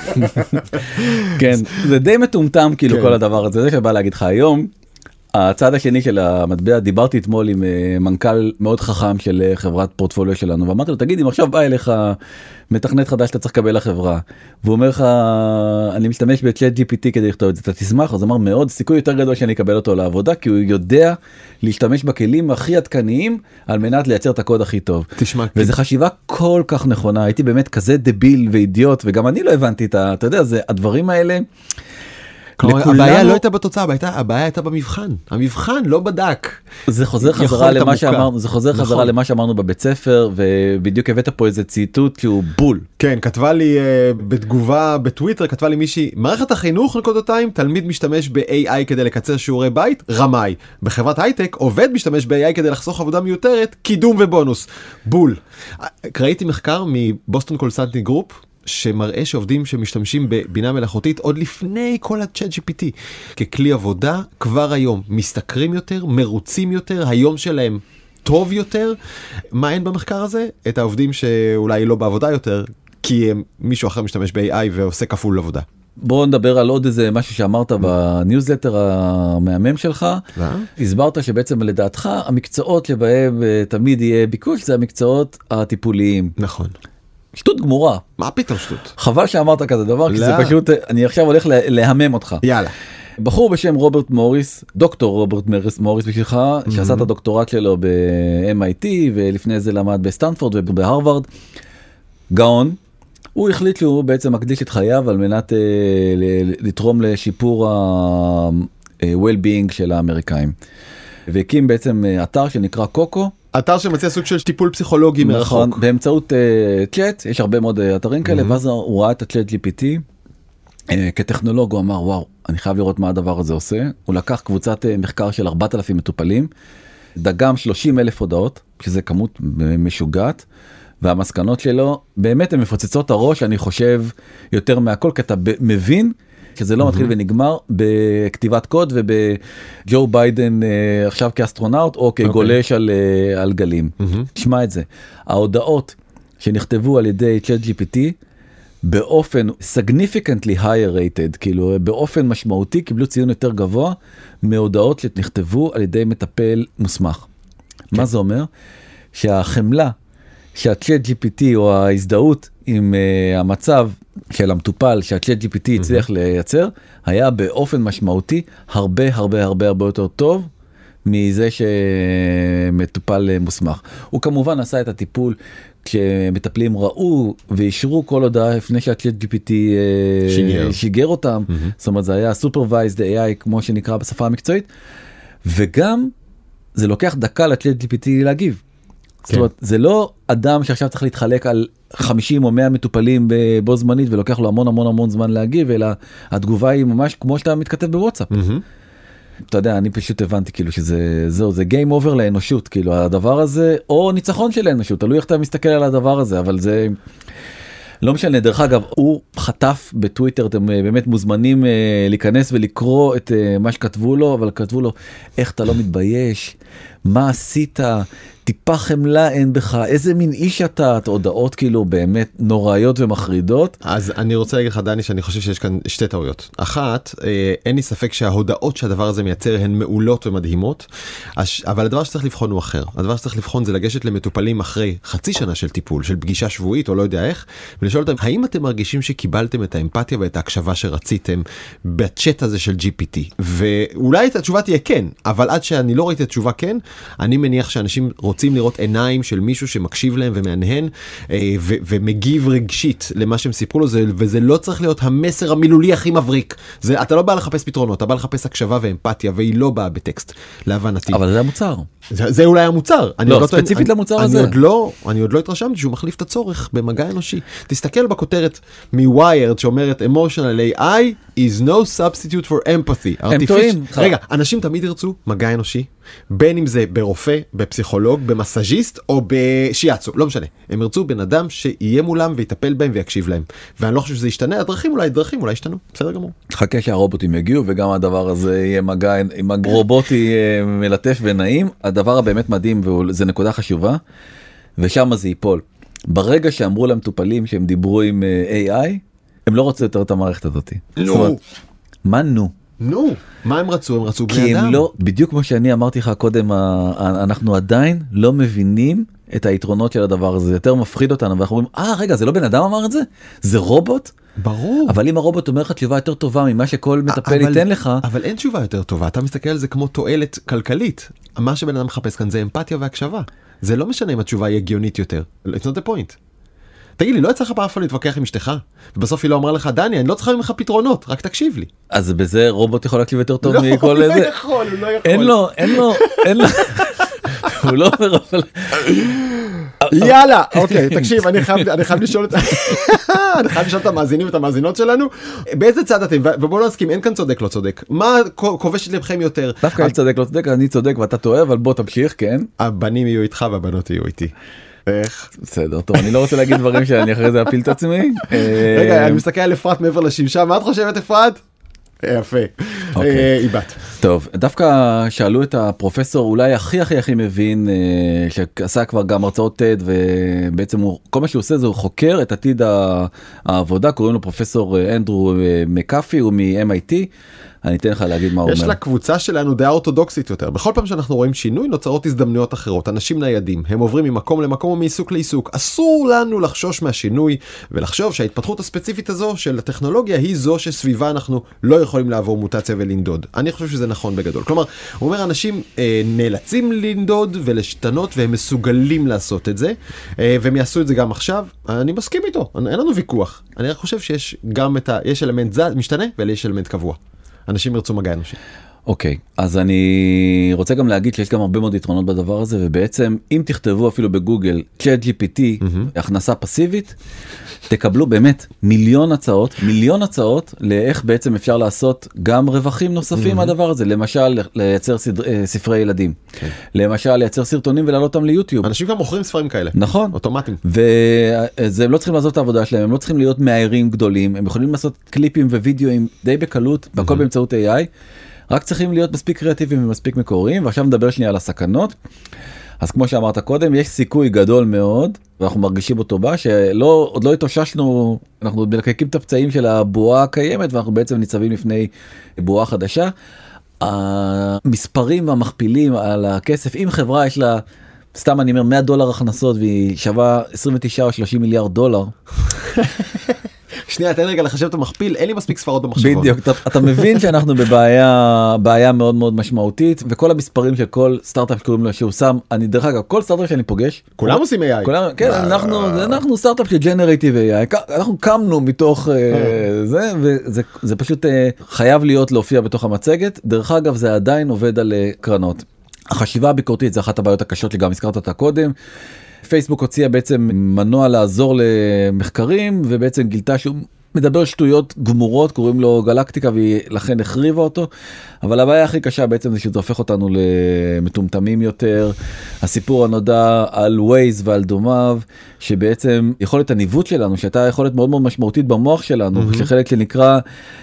כן, זה די מטומטם כאילו כל הדבר הזה, זה שבא להגיד לך היום. הצד השני של המטבע, דיברתי אתמול עם מנכ"ל מאוד חכם של חברת פורטפוליו שלנו, ואמרתי לו, תגיד, אם עכשיו בא אליך מתכנת חדש שאתה צריך לקבל לחברה, והוא אומר לך, אני משתמש ב-צ'אט ג'י פי טי כדי לכתוב את זה, אתה תשמח? אז אמר, מאוד, סיכוי יותר גדול שאני אקבל אותו לעבודה, כי הוא יודע להשתמש בכלים הכי עדכניים, על מנת לייצר את הקוד הכי טוב. תשמע. וזו חשיבה כל כך נכונה, הייתי באמת כזה דביל ואידיוט, וגם אני לא הבנתי את ה... אתה יודע, זה, הדברים האלה... הבעיה לא הייתה בתוצאה, הבעיה הייתה במבחן. המבחן לא בדק. זה חוזר חזרה למה שאמרנו, זה חוזר חזרה למה שאמרנו בבית ספר, ובדיוק הבאת פה איזה ציטוט שהוא בול. כן, כתבה לי בתגובה בטוויטר, כתבה לי מישהי, מערכת החינוך נקודתיים, תלמיד משתמש ב-איי איי כדי לקצר שיעורי בית, רמאי. בחברת הייטק, עובד משתמש ב-איי איי כדי לחסוך עבודה מיותרת, קידום ובונוס. בול. ראיתי מחקר מבוסטון קונסלטינג גרופ, שמראה שעובדים שמשתמשים בבינה מלאכותית עוד לפני כל ה-צ'אט ג'י פי טי ככלי עבודה כבר היום משתכרים יותר, מרוצים יותר, היום שלהם טוב יותר. מה אין במחקר הזה? את העובדים שאולי לא בעבודה יותר, כי מישהו אחר משתמש ב-איי איי ועושה כפול עבודה. בואו נדבר על עוד איזה משהו שאמרת בניוזלטר המהמם שלך. הסברת שבעצם לדעתך המקצועות שבהם תמיד יהיה ביקוש זה המקצועות הטיפוליים. נכון. שטות גמורה. מה פתאום שטות? חבל שאמרת כזה דבר, כי זה פשוט, אני עכשיו הולך להמם אותך. יאללה. בחור בשם רוברט מוריס, דוקטור רוברט מוריס בשבילך, שעשה את הדוקטורט שלו ב-אם איי טי, ולפני זה למד בסטנפורד ובהרווארד. גאון. הוא החליט שהוא בעצם מקדיש את חייו על מנת לתרום לשיפור ה-well-being של האמריקאים. והקים בעצם אתר שנקרא קוקו, אתר שמציע סוג של טיפול פסיכולוגי מרחוק. נכון, באמצעות צ'אט, יש הרבה מאוד אתרים כאלה, ואז הוא ראה את הצ'אט ג'י פי טי, כטכנולוג הוא אמר, וואו, אני חייב לראות מה הדבר הזה עושה. הוא לקח קבוצת מחקר של ארבעת אלפים מטופלים, דגם שלושים אלף הודעות, שזה כמות משוגעת, והמסקנות שלו, באמת הן מפוצצות הראש, אני חושב, יותר מהכל, כי אתה מבין, שזה לא מתחיל ונגמר בכתיבת קוד ובג'ו ביידן עכשיו כאסטרונאוט או כגולש על, על גלים. תשמע את זה. ההודעות שנכתבו על ידי צ'אט ג'י פי טי באופן significantly higher rated, כאילו באופן משמעותי קיבלו ציון יותר גבוה מהודעות שנכתבו על ידי מטפל מוסמך. מה זה אומר? שהחמלה שהצ'אט ג'י פי טי או ההזדהות עם uh, המצב של המטופל שהצ'אט ג'י פי טי הצליח לייצר, היה באופן משמעותי הרבה הרבה הרבה הרבה יותר טוב מזה שמטופל מוסמך. הוא כמובן עשה את הטיפול כשמטפלים ראו ואישרו כל הודעה לפני שהצ'אט ג'י פי טי שיגר, שיגר אותם. Mm-hmm. זאת אומרת, זה היה supervised איי איי כמו שנקרא בשפה המקצועית, וגם זה לוקח דקה לצ'אט ג'י פי טי להגיב. זאת אומרת, זה לא אדם שעכשיו צריך להתחלק על חמישים או מאה מטופלים בו זמנית, ולוקח לו המון המון המון זמן להגיב, אלא התגובה היא ממש כמו שאתה מתכתב בוואטסאפ. אתה יודע, אני פשוט הבנתי כאילו שזה, זהו, זה game over לאנושות, כאילו הדבר הזה, או ניצחון של האנושות, תלוי איך אתה מסתכל על הדבר הזה, אבל זה... לא משנה, דרך אגב, הוא חטף בטוויטר, אתם באמת מוזמנים להיכנס ולקרוא את מה שכתבו לו, אבל כתבו לו, איך אתה לא מתבייש? מה עשית? טיפה חמלה אין בך, איזה מין איש אתה, את הודעות כאילו באמת נוראיות ומחרידות. אז אני רוצה להגיד לך דני שאני חושב שיש כאן שתי טעויות. אחת, אה, אין לי ספק שההודעות שהדבר הזה מייצר הן מעולות ומדהימות, הש... אבל הדבר שצריך לבחון הוא אחר. הדבר שצריך לבחון זה לגשת למטופלים אחרי חצי שנה של טיפול, של פגישה שבועית או לא יודע איך, ולשאול אותם, האם אתם מרגישים שקיבלתם את האמפתיה ואת ההקשבה שרציתם בצ'אט הזה של ג'י פי טי? ואולי התשובה תהיה כן, אבל עד שאני לא ראיתי את התשובה כן, אני מניח שאנשים רוצים לראות עיניים של מישהו שמקשיב להם ומענהן אה, ו- ומגיב רגשית למה שהם סיפרו לו, זה, וזה לא צריך להיות המסר המילולי הכי מבריק. זה, אתה לא בא לחפש פתרונות, אתה בא לחפש הקשבה ואמפתיה, והיא לא באה בטקסט, להבנתי. אבל זה המוצר. זה, זה אולי המוצר. לא, לא ספציפית אני, למוצר אני, הזה. אני עוד לא, אני עוד לא התרשמתי שהוא מחליף את הצורך במגע אנושי. תסתכל בכותרת מ-Wired שאומרת Emotional איי איי is no substitute for empathy. הם טועים. רגע, אנשים תמיד ירצו מגע אנושי, בין אם זה ברופא, בפסיכולוג, במסאז'יסט או בשיאצו, לא משנה. הם ירצו בן אדם שיהיה מולם ויטפל בהם ויקשיב להם. ואני לא חושב שזה ישתנה, הדרכים אולי דרכים, אולי ישתנו, בסדר גמור. חכה שהרובוטים יגיעו וגם הדבר הזה יהיה מגע, עם הרובוטי מלטף ונעים. הדבר הבאמת מדהים וזה נקודה חשובה, ושם זה ייפול. ברגע שאמרו להם מטופלים שהם דיברו עם איי איי, הם לא רוצים יותר את המערכת הזאת. נו. מה נו? נו, מה הם רצו? הם רצו בני כי אדם. הם לא, בדיוק כמו שאני אמרתי לך קודם, אנחנו עדיין לא מבינים את היתרונות של הדבר הזה. יותר מפחיד אותנו, ואנחנו אומרים, אה רגע, זה לא בן אדם אמר את זה? זה רובוט? ברור. אבל אם הרובוט אומר לך תשובה יותר טובה ממה שכל מטפל ייתן לך. אבל אין תשובה יותר טובה, אתה מסתכל על זה כמו תועלת כלכלית. מה שבן אדם מחפש כאן זה אמפתיה והקשבה. זה לא משנה אם התשובה היא הגיונית יותר. It's not the point. תגיד לי, לא יצא לך פעם אפילו להתווכח עם אשתך? ובסוף היא לא אמרה לך, דני, אני לא צריכה ממך פתרונות, רק תקשיב לי. אז בזה רובוט יכול להקשיב יותר טוב מכל זה? איזה? לא, הוא לא יכול, הוא לא יכול. אין לו, אין לו, אין לו. הוא לא אומר אבל... יאללה, אוקיי, תקשיב, אני חייב, אני חייב לשאול את... אני חייב לשאול את המאזינים ואת המאזינות שלנו, באיזה צד אתם, ובואו לא נסכים, אין כאן צודק לא צודק. מה כובש את לבכם יותר? דווקא אני צודק לא צודק, אני צודק ואתה טועה, אבל בוא תמשיך, כן? הבנים יהיו איתך והבנות יהיו איתי. איך? בסדר, טוב, אני לא רוצה להגיד דברים שאני אחרי זה אפיל את עצמי. רגע, אני מסתכל על אפרת מעבר לשמשה, מה את חושבת אפרת? יפה, איבת. טוב, דווקא שאלו את הפרופסור אולי הכי הכי הכי מבין, שעשה כבר גם הרצאות TED, ובעצם כל מה שהוא עושה זה הוא חוקר את עתיד העבודה, קוראים לו פרופסור אנדרו מקאפי, הוא מ-אם איי טי. אני אתן לך להגיד מה הוא אומר. יש לקבוצה שלנו דעה אורתודוקסית יותר. בכל פעם שאנחנו רואים שינוי, נוצרות הזדמנויות אחרות. אנשים ניידים, הם עוברים ממקום למקום ומעיסוק לעיסוק. אסור לנו לחשוש מהשינוי, ולחשוב שההתפתחות הספציפית הזו של הטכנולוגיה היא זו שסביבה אנחנו לא יכולים לעבור מוטציה ולנדוד. אני חושב שזה נכון בגדול. כלומר, הוא אומר, אנשים אה, נאלצים לנדוד ולשתנות, והם מסוגלים לעשות את זה, אה, והם יעשו את זה גם עכשיו. אני מסכים איתו, אין לנו ויכוח. אני רק חושב שיש גם את ה... יש אלמנט זד, משתנה, ויש אלמנט קבוע. אנשים ירצו מגע אנושי. אוקיי, אז אני רוצה גם להגיד שיש גם הרבה מאוד יתרונות בדבר הזה, ובעצם אם תכתבו אפילו בגוגל צ'אט ג'י פי טי, הכנסה פסיבית, תקבלו באמת מיליון הצעות, מיליון הצעות לאיך בעצם אפשר לעשות גם רווחים נוספים מהדבר הזה, למשל לייצר ספרי ילדים, למשל לייצר סרטונים ולהעלות אותם ליוטיוב. אנשים גם מוכרים ספרים כאלה. נכון. אוטומטיים. וזה הם לא צריכים לעשות את העבודה שלהם, הם לא צריכים להיות מאיירים גדולים, הם יכולים לעשות קליפים ווידאוים די בקלות, והכל באמצעות איי איי, רק צריכים להיות מספיק קריאטיביים ומספיק מקוריים. ועכשיו נדבר שנייה על הסכנות. אז כמו שאמרת קודם, יש סיכוי גדול מאוד, ואנחנו מרגישים אותו בה, שלא, עוד לא התאוששנו, אנחנו מלקקים את הפצעים של הבועה הקיימת, ואנחנו בעצם ניצבים לפני בועה חדשה. המספרים והמכפילים על הכסף, אם חברה יש לה, סתם אני אומר, מאה דולר הכנסות, והיא שווה עשרים ותשעה או שלושים מיליארד דולר. שנייה, תן רגע לחשב את המכפיל, אין לי מספיק ספרות במחשבון. בדיוק, אתה, אתה מבין שאנחנו בבעיה, בעיה מאוד מאוד משמעותית, וכל המספרים של כל סטארט-אפ שקוראים לו שהוא שם, אני דרך אגב, כל סטארט-אפ שאני פוגש, כולם עושים איי איי. כולם, כן, אנחנו, אנחנו סטארט-אפ של ג'נרייטיב איי איי, אנחנו קמנו מתוך זה, וזה זה פשוט חייב להיות להופיע בתוך המצגת. דרך אגב, זה עדיין עובד על קרנות. החשיבה הביקורתית זה אחת הבעיות הקשות שגם הזכרת אותה קודם. פייסבוק הוציאה בעצם מנוע לעזור למחקרים, ובעצם גילתה שהוא מדבר שטויות גמורות, קוראים לו גלקטיקה, והיא לכן החריבה אותו. אבל הבעיה הכי קשה בעצם זה שזה הופך אותנו למטומטמים יותר. הסיפור הנודע על ווייז ועל דומיו, שבעצם יכולת הניווט שלנו, שהייתה יכולת מאוד מאוד משמעותית במוח שלנו, mm-hmm. שחלק שנקרא היפ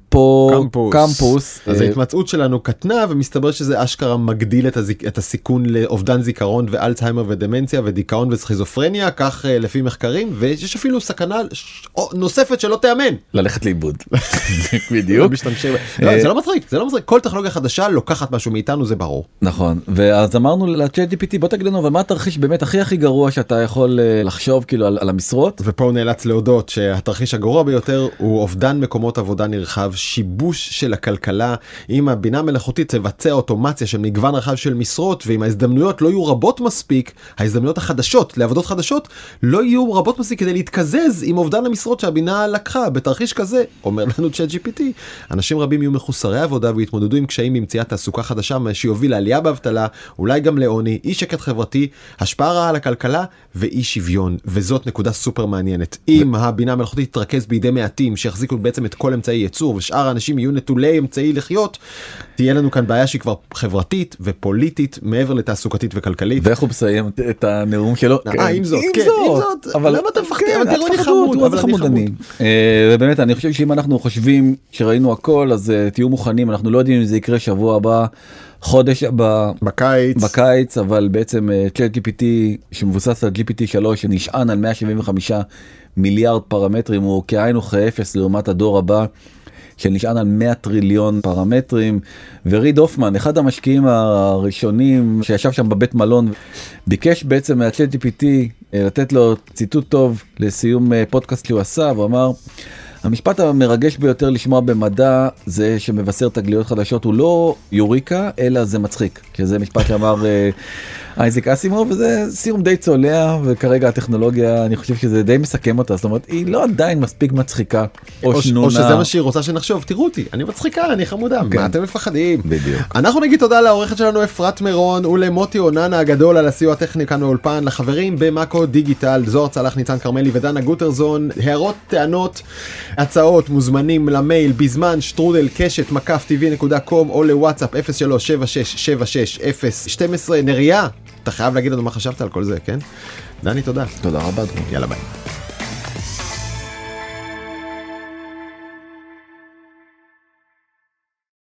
היפו קמפוס. קמפוס. אז ההתמצאות שלנו קטנה, ומסתבר שזה אשכרה מגדיל את, הזיק, את הסיכון לאובדן זיכרון ואלצהיימר ודמנציה ודיכאון וסכיזופרניה, כך לפי מחקרים, ויש אפילו סכנה נוספת שלא תאמן. ללכת לאיבוד. בדיוק. לא, זה לא מצחיק, זה לא מצחיק. כל טכנולוגיה חדשה לוקחת משהו מאיתנו, זה ברור. נכון, ואז אמרנו ל-צ'אט ג'י פי טי, בוא תגיד לנו, אבל מה התרחיש באמת הכי הכי גרוע שאתה יכול לחשוב כאילו על, על המשרות? ופה הוא נאלץ להודות שהתרחיש הגרוע ביותר הוא אובדן מקומות עבודה נרחב, שיבוש של הכלכלה, אם הבינה המלאכותית תבצע אוטומציה של מגוון רחב של משרות, ואם ההזדמנויות לא יהיו רבות מספיק, ההזדמנויות החדשות לעבודות חדשות לא יהיו רבות מספיק כדי להתקזז עם אובדן המשרות שהבינה לקחה. בתרחיש כזה, אומר לנו צ'אט ג'י פי טי, אנשים רבים יהיו מחוסרי עבודה ויתמודדו עם קשיים במציאת תעסוקה חדשה, מה שיוביל לעלייה באבטלה, אולי גם לעוני, אי שקט חברתי, השפעה רעה על הכלכלה ואי שוויון. וזאת נקודה סופר מעניינת. אם הבינה המלאכותית תתרכז בידי מעטים שיחזיקו בעצם את כל אמצעי ייצור, ושאר האנשים יהיו נטולי אמצעי לחיות, תהיה לנו כאן בעיה שהיא כבר חברתית ופוליטית מעבר לתעסוקתית וכלכלית. ואיך הוא מסיים את הנאום שלו? אה, עם זאת, כן, עם זאת. למה אתה מפחדים? אבל תראו, אני חמוד, אבל אני חמוד. ובאמת, אני חושב שאם אנחנו חושבים שראינו הכל, אז תהיו מוכנים. אנחנו לא יודעים אם זה יקרה שבוע הבא, חודש הבא, בקיץ, בקיץ, אבל בעצם צ'אט ג'י פי טי שמבוסס על ג'י פי טי שלוש שנשען על מאה שבעים וחמישה מיליארד פרמטרים, הוא כאין וכאפס לעומת הדור הבא שנשען על מאה טריליון פרמטרים. וריד הופמן, אחד המשקיעים הראשונים שישב שם בבית מלון, ביקש בעצם מהצ'אט ג'י פי טי לתת לו ציטוט טוב לסיום פודקאסט שהוא עשה, והוא אמר, המשפט המרגש ביותר לשמוע במדע זה שמבשר תגליות חדשות הוא לא יוריקה אלא זה מצחיק, שזה משפט שאמר אייזק אסימוב, וזה סיום די צולע, וכרגע הטכנולוגיה אני חושב שזה די מסכם אותה, זאת אומרת היא לא עדיין מספיק מצחיקה או, או שנונה, או שזה מה שהיא רוצה שנחשוב, תראו אותי אני מצחיקה, אני חמודה, כן. מה אתם מפחדים? בדיוק. אנחנו נגיד תודה לעורכת שלנו אפרת מירון ולמוטי אוננה הגדול על הסיוע הטכני כאן באולפן, לחברים במאקו דיגיטל זוהר צלח, ניצן קרמלי ודנה גוטרזון. הערות, טענות, הצעות מוזמנים למייל בזמן שטרודל קשת מקף טבעי נקודה קום או לוואטסאפ אפס שלוש שבע שש שבע שש אפס שתים עשרה. נריה, אתה חייב להגיד לנו מה חשבת על כל זה, כן? דני, תודה. תודה רבה. יאללה ביי.